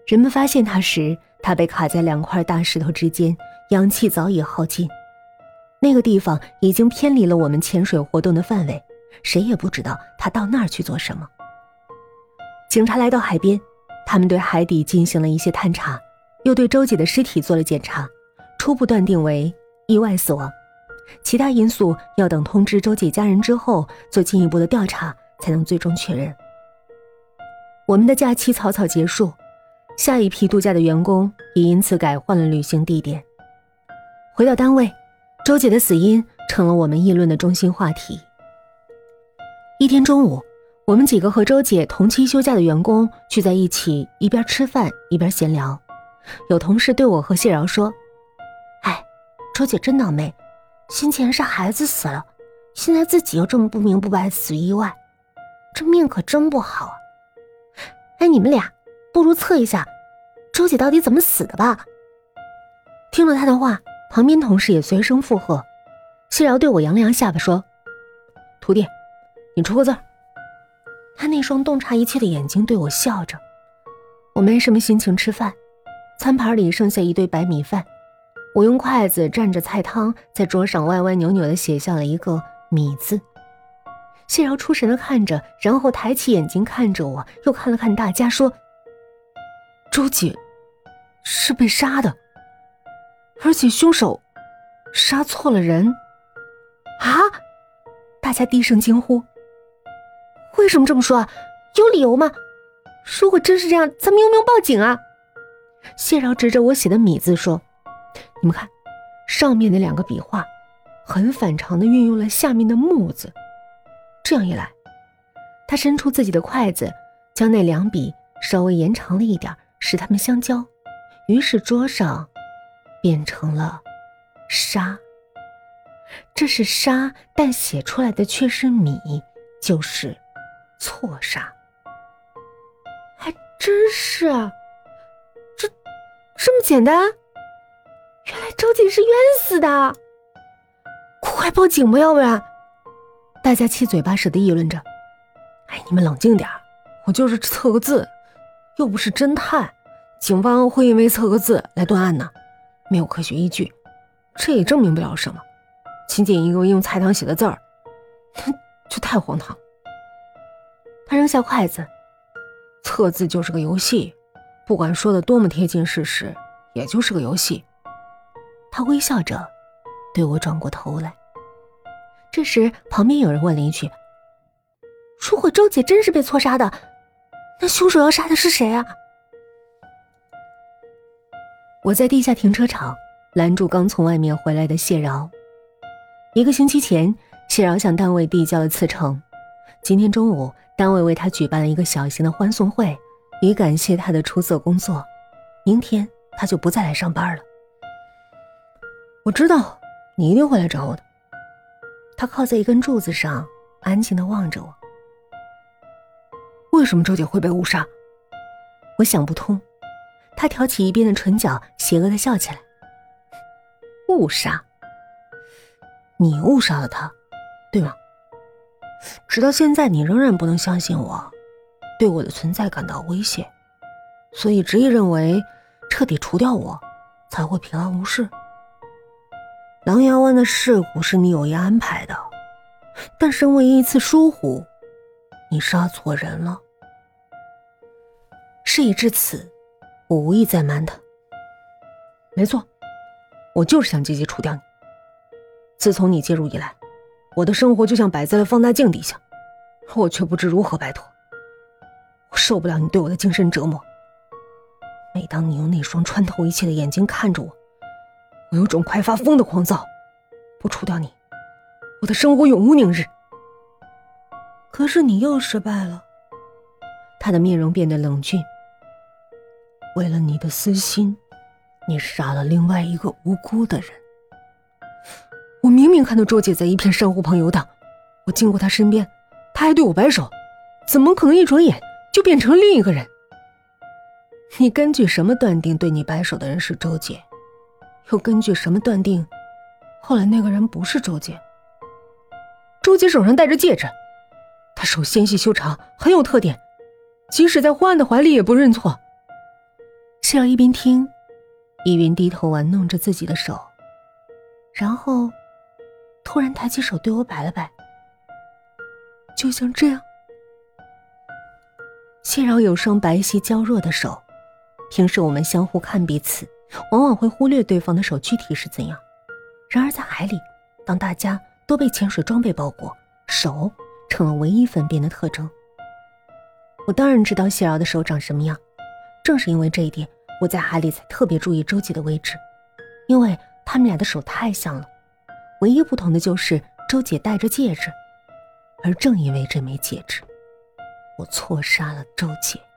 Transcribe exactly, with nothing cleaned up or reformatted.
人们发现他时，他被卡在两块大石头之间，氧气早已耗尽。那个地方已经偏离了我们潜水活动的范围，谁也不知道他到那儿去做什么。警察来到海边，他们对海底进行了一些探查，又对周姐的尸体做了检查，初步断定为意外死亡，其他因素要等通知周姐家人之后做进一步的调查才能最终确认。我们的假期草草结束，下一批度假的员工也因此改换了旅行地点。回到单位，周姐的死因成了我们议论的中心话题。一天中午，我们几个和周姐同期休假的员工聚在一起，一边吃饭一边闲聊。有同事对我和谢饶说：哎，周姐真倒霉，先前是孩子死了，现在自己又这么不明不白死于意外，这命可真不好啊。哎，你们俩不如测一下周姐到底怎么死的吧。听了他的话，旁边同事也随声附和。谢饶对我扬了扬下巴说：徒弟，你出个字。他那双洞察一切的眼睛对我笑着。我没什么心情吃饭，餐盘里剩下一堆白米饭，我用筷子蘸着菜汤在桌上歪歪扭扭地写下了一个米字。谢饶出神地看着，然后抬起眼睛看着我，又看了看大家说：周姐是被杀的，而且凶手杀错了人。啊！大家低声惊呼。为什么这么说啊？有理由吗？如果真是这样，咱们有没有报警啊？谢饶指着我写的米字说：你们看，上面那两个笔画很反常地运用了下面的木字，这样一来，他伸出自己的筷子，将那两笔稍微延长了一点，使它们相交，于是桌上变成了沙。这是沙，但写出来的却是米，就是错杀。还真是啊，这这么简单？原来周姐是冤死的，快报警吧，要不然。大家七嘴八舌地议论着。哎，你们冷静点，我就是测个字，又不是侦探，警方会因为测个字来断案呢？没有科学依据，这也证明不了什么。仅仅一个用菜汤写的字儿，这太荒唐。他扔下筷子，测字就是个游戏，不管说的多么贴近事实，也就是个游戏。他微笑着对我转过头来。这时旁边有人问了一句：如果周姐真是被错杀的，那凶手要杀的是谁啊？我在地下停车场拦住刚从外面回来的谢饶。一个星期前，谢饶向单位递交了辞呈，今天中午单位为他举办了一个小型的欢送会，以感谢他的出色工作。明天他就不再来上班了。我知道你一定会来找我的。他靠在一根柱子上，安静地望着我。为什么周姐会被误杀？我想不通。他挑起一边的唇角，邪恶地笑起来。误杀？你误杀了他，对吗？直到现在你仍然不能相信我，对我的存在感到威胁，所以执意认为彻底除掉我才会平安无事。狼牙湾的事故是你有意安排的，但身为一次疏忽，你杀错人了。事已至此，我无意再瞒他。没错，我就是想积极除掉你。自从你介入以来，我的生活就像摆在了放大镜底下，我却不知如何摆脱。我受不了你对我的精神折磨。每当你用那双穿透一切的眼睛看着我，我有种快发疯的狂躁。不除掉你，我的生活永无宁日。可是你又失败了。他的面容变得冷峻。为了你的私心，你杀了另外一个无辜的人。我明明看到周姐在一片山湖旁游荡，我经过她身边，她还对我摆手，怎么可能一转眼就变成了另一个人？你根据什么断定对你摆手的人是周姐？又根据什么断定后来那个人不是周姐？周姐手上戴着戒指，她手纤细修长，很有特点，即使在昏暗的怀里也不认错。 谢儿一边听，一边低头玩弄着自己的手，然后突然抬起手对我摆了摆，就像这样。谢饶有双白皙娇弱的手，平时我们相互看彼此，往往会忽略对方的手具体是怎样。然而在海里，当大家都被潜水装备包裹，手成了唯一分辨的特征。我当然知道谢饶的手长什么样，正是因为这一点，我在海里才特别注意周姐的位置，因为他们俩的手太像了，唯一不同的就是周姐戴着戒指，而正因为这枚戒指，我错杀了周姐。